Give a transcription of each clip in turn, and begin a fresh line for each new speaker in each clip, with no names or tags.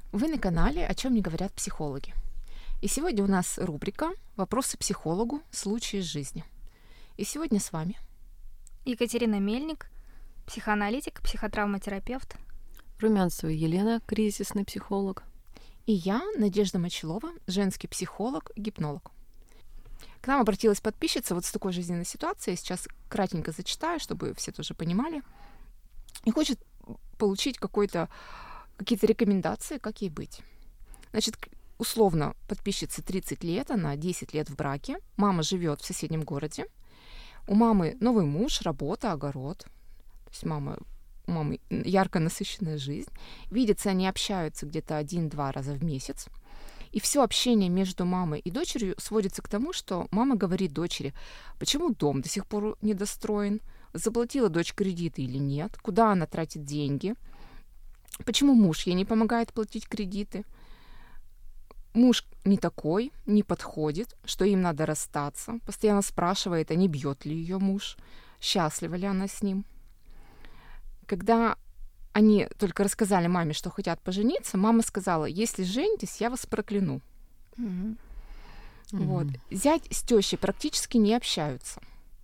Вы на канале «О чем не говорят психологи». И сегодня у нас рубрика «Вопросы психологу. Случаи из жизни». И сегодня с вами
Екатерина Мельник, психоаналитик, психотравматерапевт.
Румянцева Елена, кризисный психолог.
и я, Надежда Мочилова, женский психолог, гипнолог. К нам обратилась подписчица вот с такой жизненной ситуацией. Сейчас кратенько зачитаю, чтобы все тоже понимали. И хочет получить какие-то рекомендации, как ей быть. Значит, условно, подписчице 30 лет, она 10 лет в браке, мама живет в соседнем городе, у мамы новый муж, работа, огород. То есть у мамы ярко насыщенная жизнь. Видятся они, общаются где-то 1-2 раза в месяц. И все общение между мамой и дочерью сводится к тому, что мама говорит дочери, почему дом до сих пор недостроен, заплатила дочь кредиты или нет, куда она тратит деньги, почему муж ей не помогает платить кредиты, муж не такой, не подходит, что им надо расстаться, постоянно спрашивает, а не бьет ли ее муж, счастлива ли она с ним. Когда они только рассказали маме, что хотят пожениться, мама сказала, если женитесь, я вас прокляну.
Mm-hmm.
Вот. Зять с тещей практически не общаются.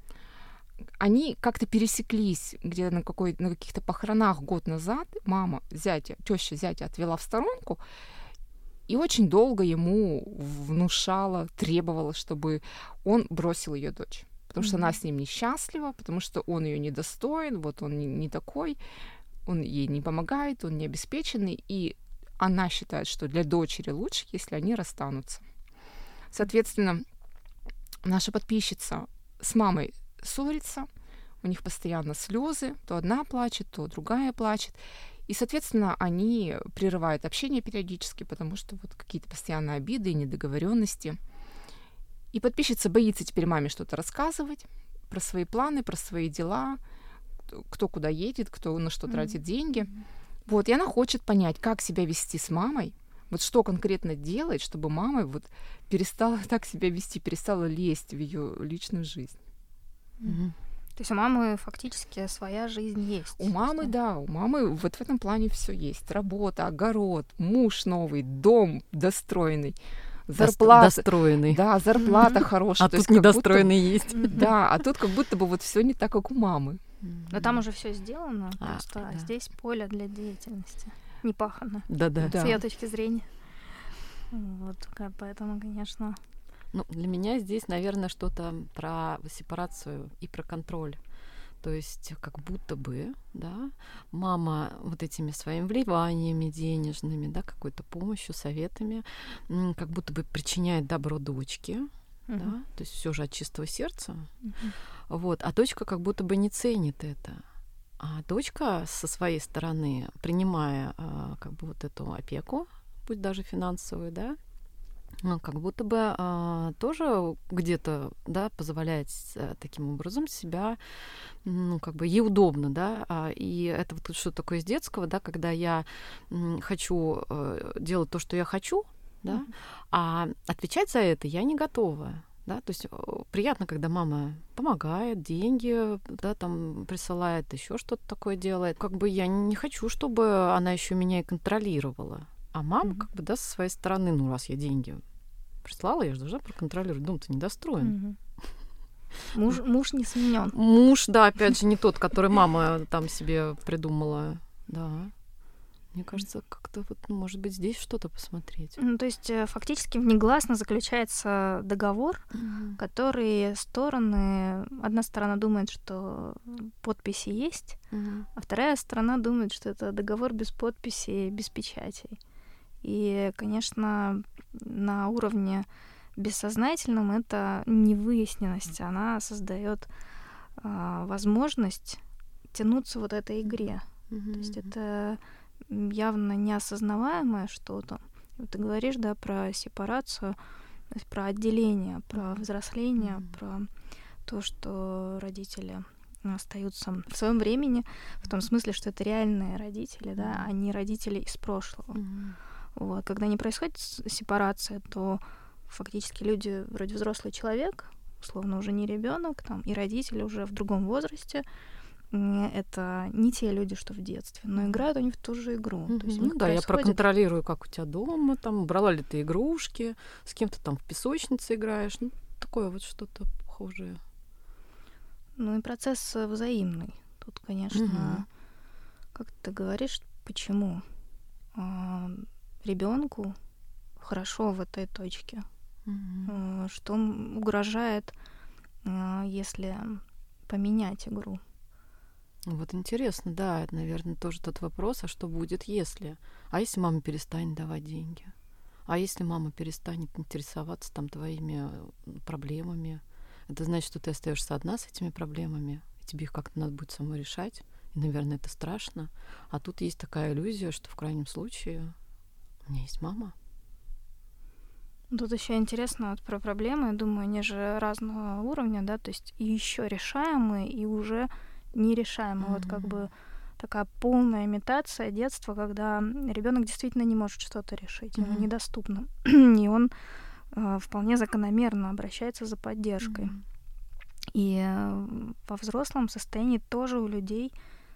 Они как-то пересеклись где-то на каких-то похоронах год назад. Мама теща зятя отвела в сторонку и очень долго ему внушала, требовала, чтобы он бросил ее дочь. Потому что она с ним несчастлива, потому что он ее недостоин, вот он не такой, он ей не помогает, он не обеспеченный, и она считает, что для дочери лучше, если они расстанутся. Соответственно, наша подписчица с мамой ссорится, у них постоянно слезы, то одна плачет, то другая плачет. И, соответственно, они прерывают общение периодически, потому что вот какие-то постоянные обиды и недоговоренности. И подписчица боится теперь маме что-то рассказывать про свои планы, про свои дела, кто куда едет, кто на что тратит деньги. Вот, и она хочет понять, как себя вести с мамой, вот что конкретно делать, чтобы мама вот перестала так себя вести, перестала лезть в ее личную жизнь.
То есть у мамы фактически своя жизнь есть.
У мамы, да, у мамы вот в этом плане все есть. Работа, огород, муж новый, дом достроенный, зарплата.
Достроенный.
Да, зарплата хорошая.
А тут недостроенный есть.
Да, а тут как будто бы вот все не так, как у мамы.
Но там уже все сделано, просто
да.
здесь поле для деятельности. Не пахано.
Да-да.
С ее точки зрения. Вот, поэтому, конечно...
Ну, для меня здесь, наверное, что-то про сепарацию и про контроль. То есть как будто бы, да, мама вот этими своими вливаниями денежными, да, какой-то помощью, советами, как будто бы причиняет добро дочке, да, то есть все же от чистого сердца. Вот, а дочка как будто бы не ценит это. А дочка со своей стороны, принимая как бы вот эту опеку, пусть даже финансовую, да, как будто бы тоже где-то, да, позволяет таким образом себя, ну, как бы ей удобно, да, и это вот что такое из детского, да, когда я хочу делать то, что я хочу, да, а отвечать за это я не готова. Да, то есть приятно, когда мама помогает, деньги, да, там присылает, еще что-то такое делает. Как бы я не хочу, чтобы она еще меня и контролировала. А мама, как бы, да, со своей стороны, ну, раз я деньги прислала, я же должна проконтролировать. Дом-то недостроен.
Муж не сменен.
Муж, да, опять же, не тот, который мама там себе придумала. Да. Мне кажется, как-то вот, может быть, здесь что-то посмотреть.
Ну, то есть фактически внегласно заключается договор, который стороны... Одна сторона думает, что подписи есть, а вторая сторона думает, что это договор без подписи, без печатей. И, конечно, на уровне бессознательном эта невыясненность, она создает возможность тянуться вот этой игре. То есть это явно неосознаваемое что-то. Вот ты говоришь, да, про сепарацию, то есть про отделение, про взросление, про то, что родители остаются в своем времени, в том смысле, что это реальные родители, да, а не родители из прошлого. Вот. Когда не происходит сепарация, то фактически люди, вроде взрослый человек, условно уже не ребенок, там, и родители уже в другом возрасте, это не те люди, что в детстве, но играют они в ту же игру. То есть у них
Ну да, я
происходит...
проконтролирую, как у тебя дома, там, брала ли ты игрушки, с кем ты там в песочнице играешь, ну, такое вот что-то похожее.
Ну и процесс взаимный. Тут, конечно, как ты говоришь, почему ребенку хорошо в этой точке, что угрожает, если поменять игру.
Вот интересно, да, это, наверное, тоже тот вопрос, а что будет, если? А если мама перестанет давать деньги? А если мама перестанет интересоваться там твоими проблемами? Это значит, что ты остаешься одна с этими проблемами, и тебе их как-то надо будет самой решать, и, наверное, это страшно. А тут есть такая иллюзия, что в крайнем случае у меня есть мама.
Тут еще интересно вот про проблемы, я думаю, они же разного уровня, да, то есть и еще решаемые, и уже нерешаемые. Вот как бы такая полная имитация детства, когда ребенок действительно не может что-то решить, ему недоступно, и он вполне закономерно обращается за поддержкой. И во взрослом состоянии тоже у людей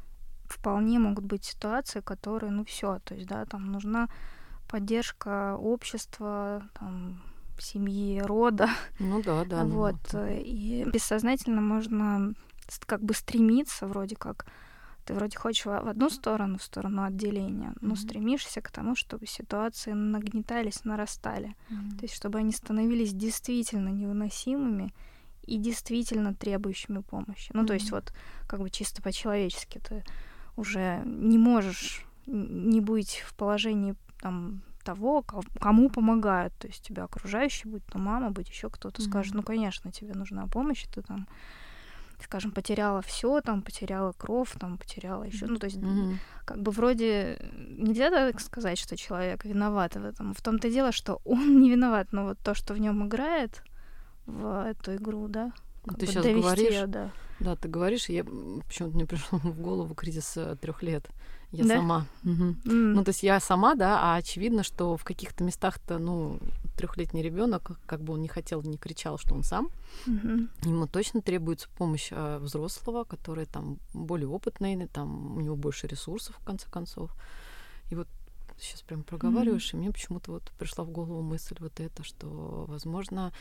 вполне могут быть ситуации, которые, ну все, то есть, да, там нужна поддержка общества, там, семьи, рода.
Ну да, да.
Вот. И бессознательно можно как бы стремиться, вроде как, ты вроде хочешь в одну сторону, в сторону отделения, но стремишься к тому, чтобы ситуации нагнетались, нарастали. То есть чтобы они становились действительно невыносимыми и действительно требующими помощи. Ну, то есть вот как бы чисто по-человечески ты уже не можешь не быть в положении там того, кому помогают. То есть тебя окружающие, будь то мама, будь еще кто-то, скажет, ну, конечно, тебе нужна помощь, ты там, скажем, потеряла все, там, потеряла кровь, там, потеряла еще. Ну, то есть, как бы вроде нельзя так сказать, что человек виноват в этом. В том-то и дело, что он не виноват, но вот то, что в нем играет в эту игру, да,
ты сейчас говоришь,
её, да.
Да, ты говоришь, я почему-то мне пришел в голову кризис 3 лет. Я
Да?
сама. Ну, то есть я сама, да, а очевидно, что в каких-то местах-то, ну, 3-летний ребенок, как бы он не хотел, не кричал, что он сам, ему точно требуется помощь взрослого, который там более опытный, там у него больше ресурсов, в конце концов. И вот сейчас прям проговариваешь, и мне почему-то вот пришла в голову мысль вот эта, что, возможно,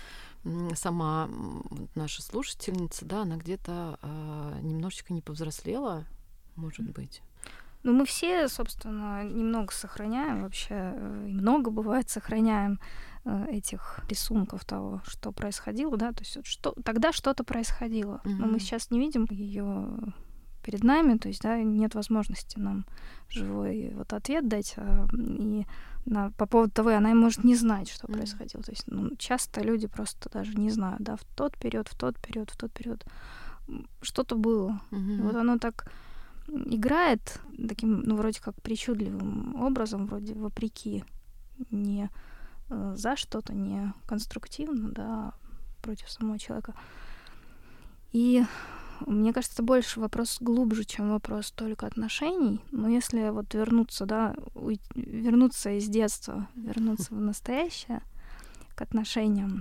сама наша слушательница, да, она где-то немножечко не повзрослела, может быть.
Ну, мы все, собственно, немного сохраняем вообще, и много бывает сохраняем этих рисунков того, что происходило, да, то есть вот тогда что-то происходило, но мы сейчас не видим ее перед нами, то есть, да, нет возможности нам живой вот ответ дать, и по поводу того, она может не знать, что происходило, то есть, ну, часто люди просто даже не знают, да, в тот период что-то было, и вот оно так играет таким, ну, вроде как причудливым образом, вроде вопреки, не за что-то, не конструктивно, да, против самого человека. И мне кажется, это больше вопрос глубже, чем вопрос только отношений. Но если вот вернуться, да, вернуться из детства, вернуться в настоящее, к отношениям,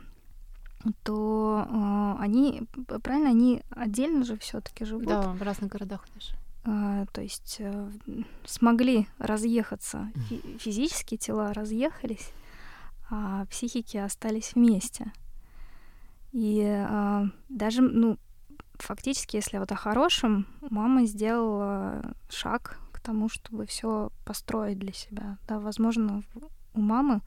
то они, правильно, они отдельно же все-таки живут.
Да, в разных городах даже.
То есть смогли разъехаться, физически тела разъехались, а психики остались вместе. И даже, ну, фактически, если вот о хорошем, мама сделала шаг к тому, чтобы все построить для себя. Да, возможно, у мамы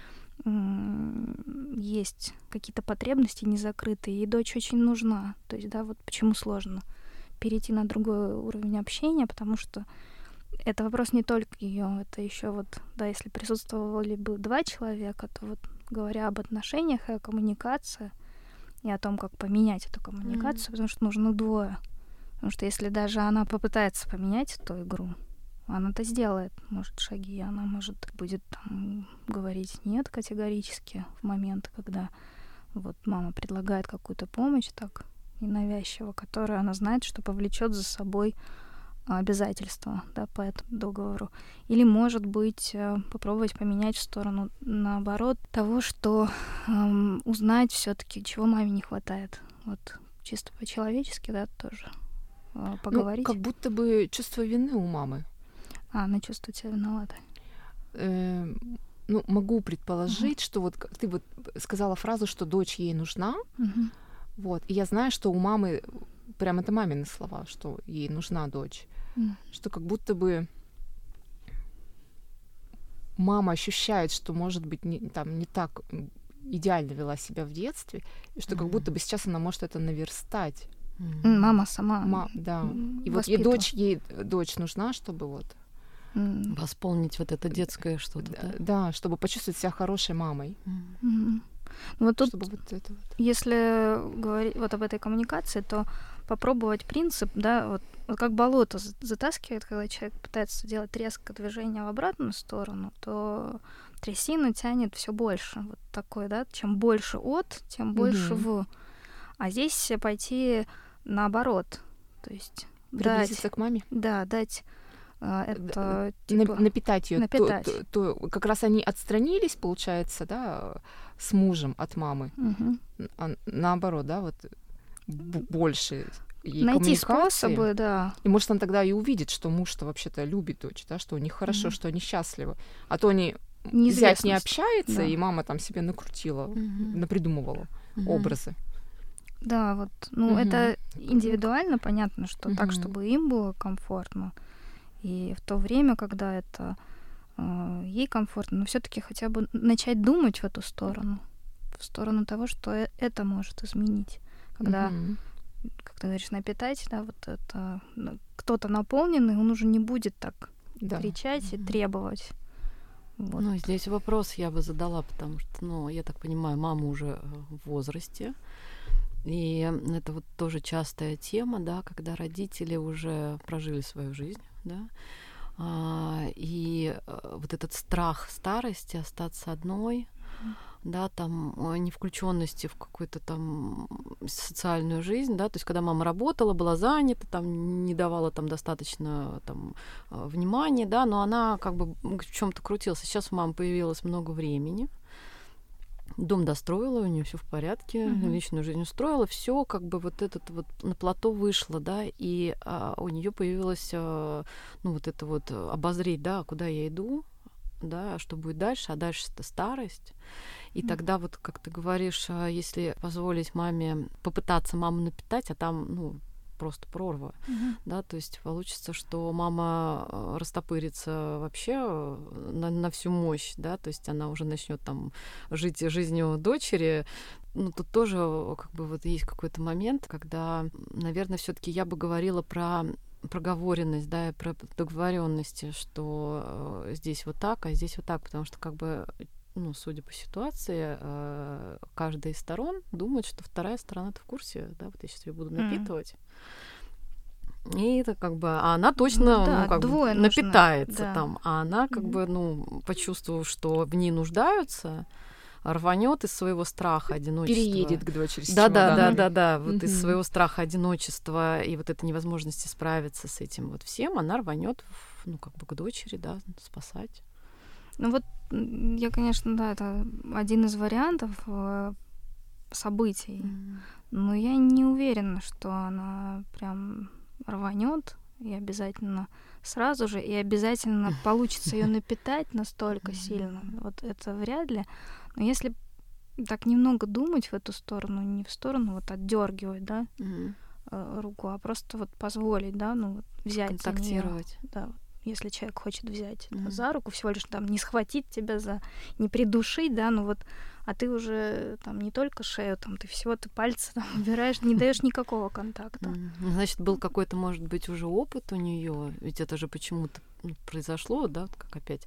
есть какие-то потребности незакрытые, и дочь очень нужна. То есть, да, вот почему сложно перейти на другой уровень общения, потому что это вопрос не только ее, это еще вот, да, если присутствовали бы 2 человека, то вот говоря об отношениях и о коммуникации, и о том, как поменять эту коммуникацию, потому что нужно 2. Потому что если даже она попытается поменять эту игру, она это сделает, может, шаги, она, может, будет там говорить нет категорически в момент, когда вот мама предлагает какую-то помощь так ненавязчиво, которая она знает, что повлечет за собой обязательства, да, по этому договору. Или, может быть, попробовать поменять в сторону, наоборот, того, что узнать все-таки, чего маме не хватает. Вот чисто по-человечески, да, тоже поговорить.
Как будто бы чувство вины у мамы.
Она чувствует себя виноватой.
Могу предположить, что вот ты вот сказала фразу, что дочь ей нужна. Вот. И я знаю, что у мамы, прям это мамины слова, что ей нужна дочь. Что как будто бы мама ощущает, что, может быть, не так идеально вела себя в детстве, и что как будто бы сейчас она может это наверстать.
Мама сама.
Да. И вот ей дочь нужна, чтобы вот
восполнить вот это детское что-то, да?
Да, чтобы почувствовать себя хорошей мамой.
Вот тут,
чтобы вот это вот.
Если говорить вот об этой коммуникации, то попробовать принцип, да, вот как болото затаскивает, когда человек пытается делать резкое движение в обратную сторону, то трясина тянет все больше. Вот такой, да, чем больше от, тем больше в. А здесь пойти наоборот, то есть
приблизиться к маме?
Да, дать это типа,
напитать ее. То как раз они отстранились, получается, да, с мужем от мамы. А наоборот, да, вот больше ей
найти
коммуникации.
Способы, да.
И может, он тогда и увидит, что муж-то вообще-то любит дочь, да, что у них хорошо, что они счастливы. А то они взять не общается, и мама там себе накрутила, напридумывала образы.
Да, вот, это индивидуально, понятно, что так, чтобы им было комфортно. И в то время, когда это ей комфортно, но все-таки хотя бы начать думать в эту сторону, в сторону того, что это может изменить. Когда, как ты говоришь, напитать, да, вот это кто-то наполненный, он уже не будет так кричать и требовать. Вот.
Ну, здесь вопрос я бы задала, потому что, я так понимаю, мама уже в возрасте. И это вот тоже частая тема, да, когда родители уже прожили свою жизнь, да, и вот этот страх старости, остаться одной, да, там, невключенности в какую-то там социальную жизнь, да, то есть когда мама работала, была занята, там, не давала там достаточно там внимания, да, но она как бы в чем-то крутилась. Сейчас у мамы появилось много времени, дом достроила, у нее все в порядке, личную жизнь устроила, все как бы вот этот вот на плато вышло, да, и у нее появилось, вот это вот обозреть, да, куда я иду, да, что будет дальше, а дальше это старость. И тогда вот, как ты говоришь, если позволить маме попытаться маму напитать, а там, просто прорва, да, то есть получится, что мама растопырится вообще на всю мощь, да, то есть она уже начнет там жить жизнью дочери. Тут тоже как бы вот есть какой-то момент, когда, наверное, все-таки я бы говорила про проговоренность, да, и про договоренности, что здесь вот так, а здесь вот так, потому что как бы судя по ситуации, каждая из сторон думает, что вторая сторона-то в курсе, да, вот я сейчас ее буду напитывать. И это как бы, а она точно, напитается там, а она как бы, почувствовав, что в ней нуждаются, рванет из своего страха одиночества.
Переедет к дочери.
Да. Вот из своего страха одиночества и вот этой невозможности справиться с этим вот всем, она рванет, к дочери, да, спасать.
Я, конечно, да, это один из вариантов событий, но я не уверена, что она прям рванет и обязательно сразу же, и обязательно получится ее напитать настолько сильно. Вот это вряд ли. Но если так немного думать в эту сторону, не в сторону вот отдергивать, да, руку, а просто вот позволить, да, взять
контактировать.
Да, если человек хочет взять за руку, всего лишь там не схватить тебя не придушить, да, а ты уже там не только шею, там ты пальцы там убираешь, не даешь никакого контакта.
Значит, был какой-то, может быть, уже опыт у нее, ведь это же почему-то произошло, да, как опять,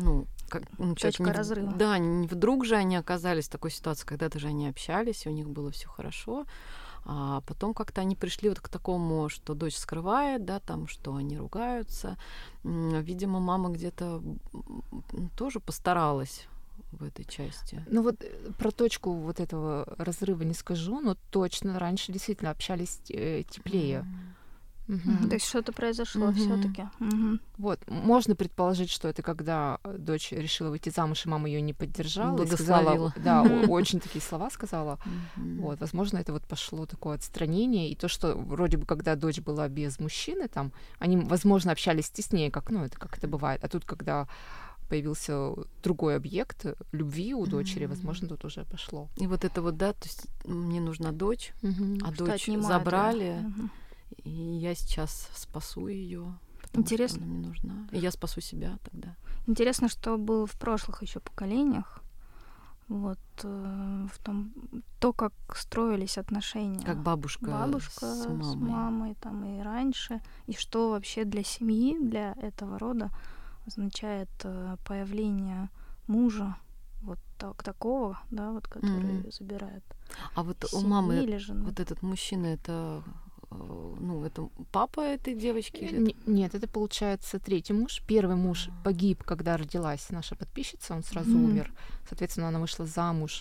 точка разрыва.
Да, не вдруг же они оказались в такой ситуации, когда-то же они общались, и у них было все хорошо. А потом как-то они пришли вот к такому, что дочь скрывает, да, там, что они ругаются. Видимо, мама где-то тоже постаралась в этой части.
Про точку вот этого разрыва не скажу, но точно раньше действительно общались теплее.
То есть что-то произошло всё-таки.
Вот, можно предположить, что это когда дочь решила выйти замуж, и мама ее не поддержала, и сказала, да, очень такие слова сказала. Вот, возможно, это вот пошло такое отстранение, и то, что вроде бы, когда дочь была без мужчины, там, они, возможно, общались теснее, как это бывает, а тут, когда появился другой объект любви у дочери, возможно, тут уже пошло.
И вот это вот, да, то есть мне нужна дочь, а
Что
дочь
отнимают,
забрали, и я сейчас спасу ее, потому
Интересно.
что она мне нужна. И я спасу себя тогда.
Интересно, что было в прошлых еще поколениях. Вот в том, то, как строились отношения.
Как бабушка
с мамой там и раньше. И что вообще для семьи, для этого рода означает появление мужа вот такого, да, вот, который забирает.
А вот у
семьи
мамы
или жены.
вот этот мужчина, это это папа этой девочки? Или
Нет, это получается третий муж. Первый муж погиб, когда родилась наша подписчица, он сразу умер. Соответственно, она вышла замуж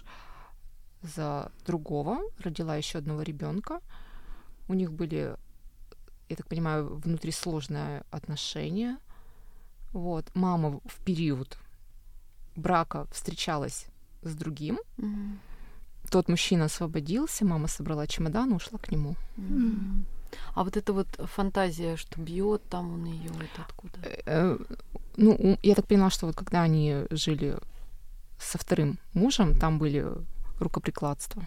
за другого, родила еще одного ребенка. У них были, я так понимаю, внутри сложные отношения. Вот. Мама в период брака встречалась с другим. Тот мужчина освободился, мама собрала чемодан и ушла к нему.
А вот эта вот фантазия, что бьет там он ее, это откуда?
Я так поняла, что вот когда они жили со вторым мужем, там были рукоприкладства.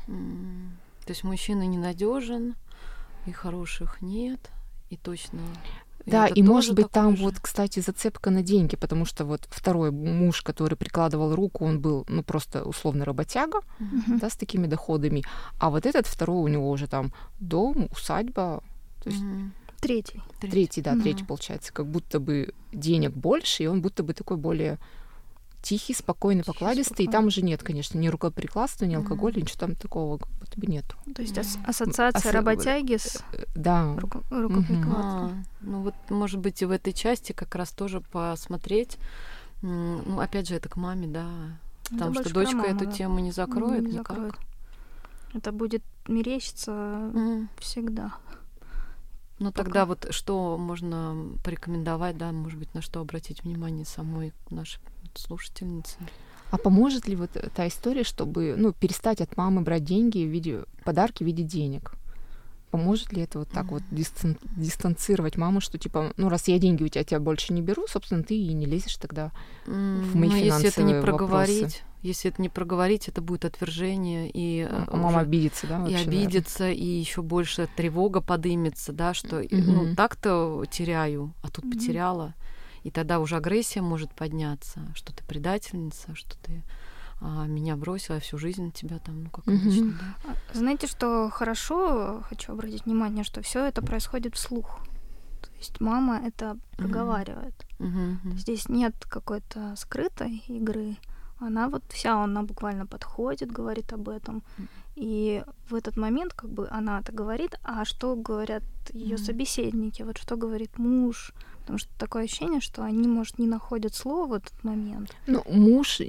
То есть мужчина ненадежен, и хороших нет, и точно...
Да, и может быть там вот, кстати, зацепка на деньги, потому что вот второй муж, который прикладывал руку, он был, просто условно работяга, да, с такими доходами, а вот этот второй у него уже там дом, усадьба, то есть
третий,
третий получается, как будто бы денег больше, и он будто бы такой более тихий, спокойный, покладистый, и там уже нет, конечно, ни рукоприкладства, ни алкоголя, ничего там такого как будто бы нету.
То есть ассоциация работяги с рукоприкладством.
Вот, может быть, и в этой части как раз тоже посмотреть, опять же, это к маме, да, потому что дочка эту тему не закроет никак.
Это будет мерещиться всегда.
Ну тогда вот что можно порекомендовать, да, может быть, на что обратить внимание самой нашей слушательницы?
А поможет ли вот та история, чтобы перестать от мамы брать деньги в виде подарки в виде денег? Поможет ли это вот так вот дистанцировать маму, что типа, раз я деньги у тебя больше не беру, собственно, ты и не лезешь тогда в мои финансовые вопросы?
Если это не проговорить, это будет отвержение, и
мама обидится, да?
Вообще, и обидится, наверное. И еще больше тревога подымется, да, что так-то теряю, а тут потеряла. И тогда уже агрессия может подняться, что ты предательница, что ты меня бросила, я всю жизнь тебя там, как обычно. Да.
Знаете, что хорошо, хочу обратить внимание, что все это происходит вслух. То есть мама это проговаривает. Здесь нет какой-то скрытой игры. Она буквально подходит, говорит об этом. И в этот момент как бы она это говорит, а что говорят ее собеседники, вот что говорит муж, потому что такое ощущение, что они, может, не находят слова в этот момент.
Муж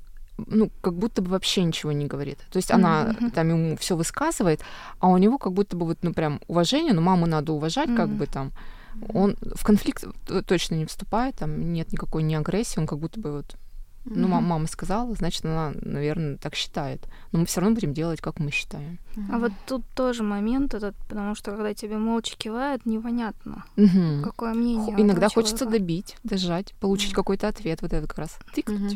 как будто бы вообще ничего не говорит. То есть она там ему все высказывает, а у него как будто бы вот, прям уважение, маму надо уважать, как бы там. Он в конфликт точно не вступает, там нет никакой агрессии, он как будто бы вот мама сказала, значит, она, наверное, так считает. Но мы все равно будем делать, как мы считаем.
А вот тут тоже момент этот, потому что когда тебе молча кивают, непонятно, какое мнение.
Иногда хочется добить, дожать, получить какой-то ответ, вот это как раз тыкнуть.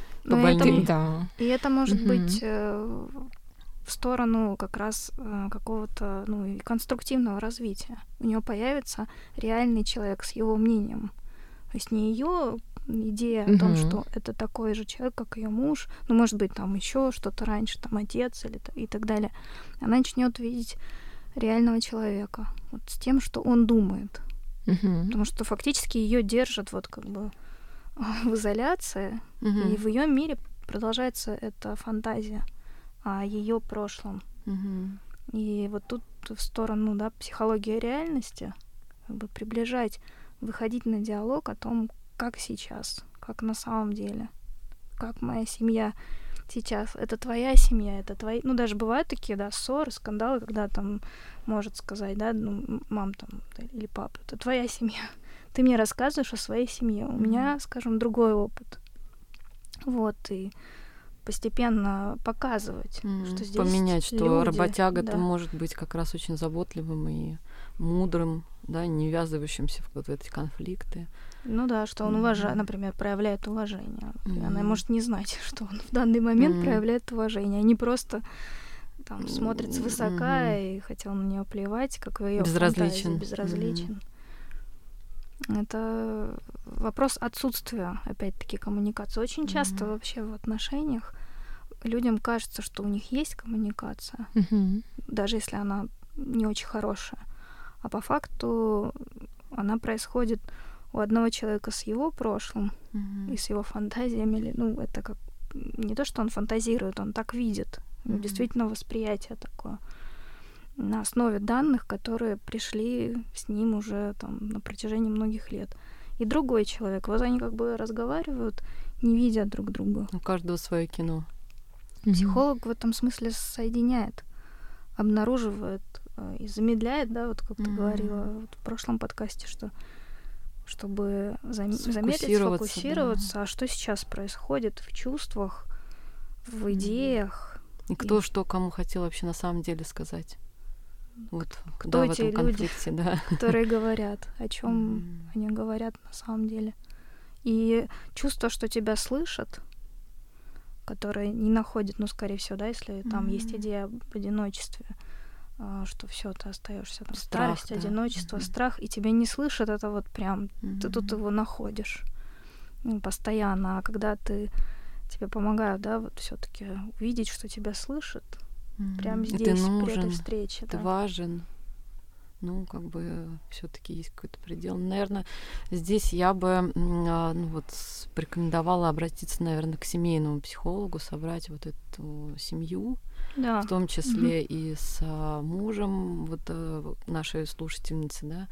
И это может быть в сторону как раз какого-то конструктивного развития. У нее появится реальный человек с его мнением. То есть не ее идея о том, что это такой же человек, как ее муж, может быть, там еще что-то раньше, там отец и так далее. Она начнет видеть реального человека вот с тем, что он думает. Потому что фактически ее держат вот как бы в изоляции, и в ее мире продолжается эта фантазия о ее прошлом. И вот тут в сторону, психологии реальности как бы приближать, выходить на диалог о том, как сейчас, как на самом деле, как моя семья сейчас. Это твоя семья, это твои... Ну, даже бывают такие, да, ссоры, скандалы, когда там может сказать, да, ну, мам там или папа, это твоя семья. Ты мне рассказываешь о своей семье. У меня, скажем, другой опыт. Вот, и постепенно показывать, что здесь
поменять, что
люди,
работяга-то может быть как раз очень заботливым и мудрым, да, не ввязывающимся в вот эти конфликты.
Ну да, что он уважает, например, проявляет уважение. Она может не знать, что он в данный момент проявляет уважение, а не просто там смотрит свысока, и хотел на нее плевать, как в ее фантазии, безразличен. Это вопрос отсутствия, опять-таки, коммуникации. Очень часто вообще в отношениях людям кажется, что у них есть коммуникация, даже если она не очень хорошая. А по факту она происходит у одного человека с его прошлым и с его фантазиями. Ну, это как не то, что он фантазирует, он так видит. Действительно восприятие такое. На основе данных, которые пришли с ним уже там на протяжении многих лет. И другой человек. Вот они как бы разговаривают, не видя друг друга.
У каждого свое кино.
Психолог в этом смысле соединяет, обнаруживает и замедляет, да, вот как ты говорила вот в прошлом подкасте, что чтобы заметить, сфокусироваться, а что сейчас происходит в чувствах, в идеях.
И кто что кому хотел вообще на самом деле сказать. Вот,
кто
да,
эти
в этом
люди,
конфликте, да.
которые говорят, о чем они говорят на самом деле. И чувство, что тебя слышат, которое не находит, ну, скорее всего, да, если там есть идея об одиночестве, что все, ты остаешься там,
страх,
старость, одиночество, страх, и тебя не слышат, это вот прям ты тут его находишь постоянно. А когда тебе помогают, да, вот все-таки увидеть, что тебя слышат, прямо здесь,
ты нужен,
при этой встрече.
Ты важен. Ну, как бы все-таки есть какой-то предел. Наверное, здесь я бы порекомендовала обратиться, наверное, к семейному психологу, собрать вот эту семью, в том числе и с мужем вот нашей слушательницы, да,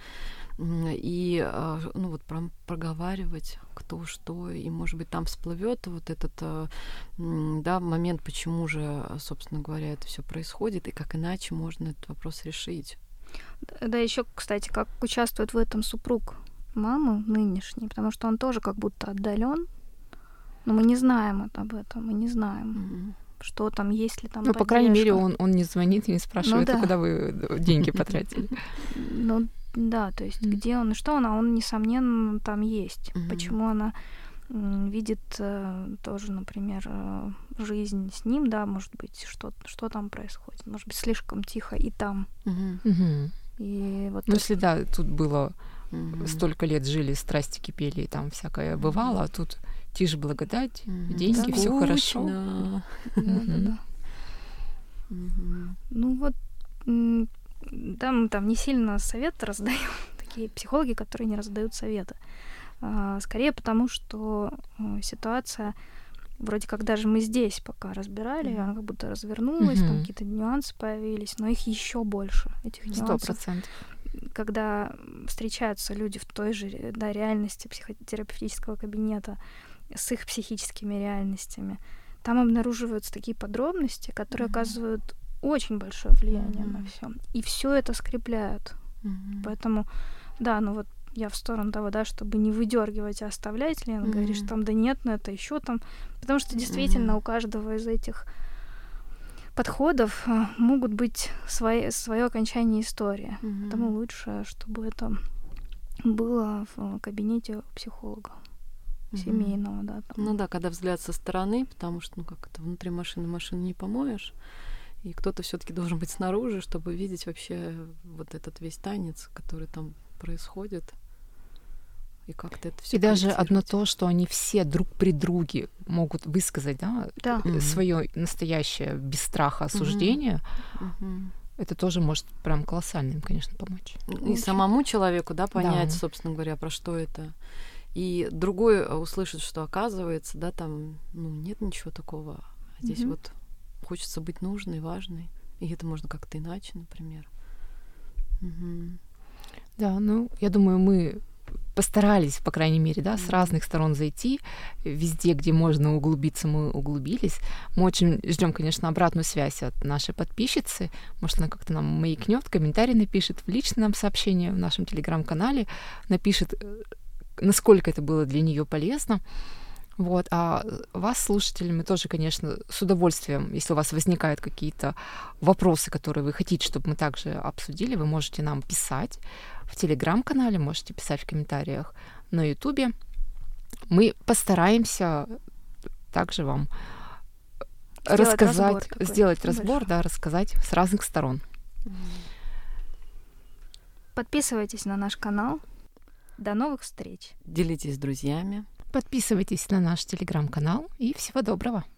и проговаривать, кто что, и, может быть, там всплывет вот этот момент, почему же, собственно говоря, это все происходит, и как иначе можно этот вопрос решить.
Да, еще, кстати, как участвует в этом супруг мамы нынешний, потому что он тоже как будто отдален, но мы не знаем об этом, мы не знаем, что там, есть ли там поддержка.
По крайней мере, он не звонит и не спрашивает, куда вы деньги потратили.
Ну да, то есть где он и что он, а он, несомненно, там есть. Почему она видит тоже, например, жизнь с ним, да, может быть, что там происходит, может быть, слишком тихо и там. И вот
если да, тут было столько лет жили, страсти кипели, и там всякое бывало, а тут тишь, благодать, деньги, все хорошо.
Да. Ну вот, да, мы там не сильно совет раздаем, такие психологи, которые не раздают советы. Скорее потому, что ситуация, вроде как даже мы здесь пока разбирали, она как будто развернулась, там какие-то нюансы появились, но их еще больше, этих нюансов.
100%.
Когда встречаются люди в той же реальности психотерапевтического кабинета с их психическими реальностями, там обнаруживаются такие подробности, которые оказывают очень большое влияние на все. И все это скрепляют. Поэтому, да, ну вот я в сторону того, да, чтобы не выдергивать, а оставлять. Лена говорит, что там да нет, но это еще там. Потому что действительно у каждого из этих подходов могут быть свое окончание истории. Поэтому лучше, чтобы это было в кабинете психолога семейного, да. Там.
Ну да, когда взгляд со стороны, потому что, как это, внутри машину не помоешь, и кто-то все-таки должен быть снаружи, чтобы видеть вообще вот этот весь танец, который там происходит, и как-то это все.
И даже одно то, что они все друг при друге могут высказать, да. Свое настоящее без страха осуждение, это тоже может прям колоссально им, конечно, помочь.
И самому человеку, да, понять, собственно говоря, про что это. И другой услышит, что оказывается, да, там, нет ничего такого. А здесь вот хочется быть нужной, важной. И это можно как-то иначе, например.
Да, я думаю, мы постарались, по крайней мере, да, с разных сторон зайти. Везде, где можно углубиться, мы углубились. Мы очень ждем, конечно, обратную связь от нашей подписчицы. Может, она как-то нам маякнет, комментарий напишет в личное нам сообщение в нашем телеграм-канале, напишет, насколько это было для нее полезно. Вот. А вас, слушатели, мы тоже, конечно, с удовольствием, если у вас возникают какие-то вопросы, которые вы хотите, чтобы мы также обсудили, вы можете нам писать в телеграм-канале, можете писать в комментариях на ютубе. Мы постараемся также вам сделать разбор, да, рассказать с разных сторон.
Подписывайтесь на наш канал. До новых встреч.
Делитесь с друзьями.
Подписывайтесь на наш телеграм-канал и всего доброго.